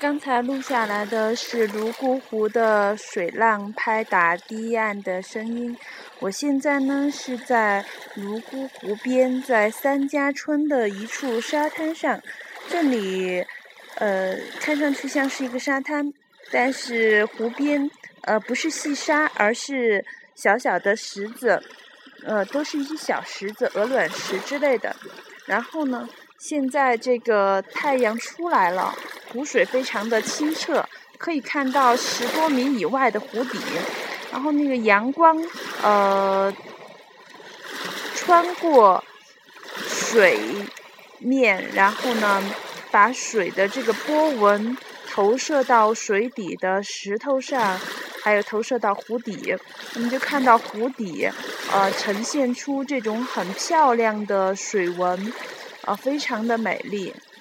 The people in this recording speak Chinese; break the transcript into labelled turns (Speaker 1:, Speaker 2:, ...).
Speaker 1: 刚才录下来的是泸沽湖的水浪拍打堤岸的声音。我现在呢是在泸沽湖边，在三家村的一处沙滩上。这里看上去像是一个沙滩，但是湖边不是细沙，而是小小的石子，都是一些小石子、鹅卵石之类的。然后呢，现在这个太阳出来了，湖水非常的清澈，可以看到10多米以外的湖底。然后那个阳光穿过水面，然后呢把水的这个波纹投射到水底的石头上，还有投射到湖底。我们就看到湖底呈现出这种很漂亮的水纹，非常的美丽。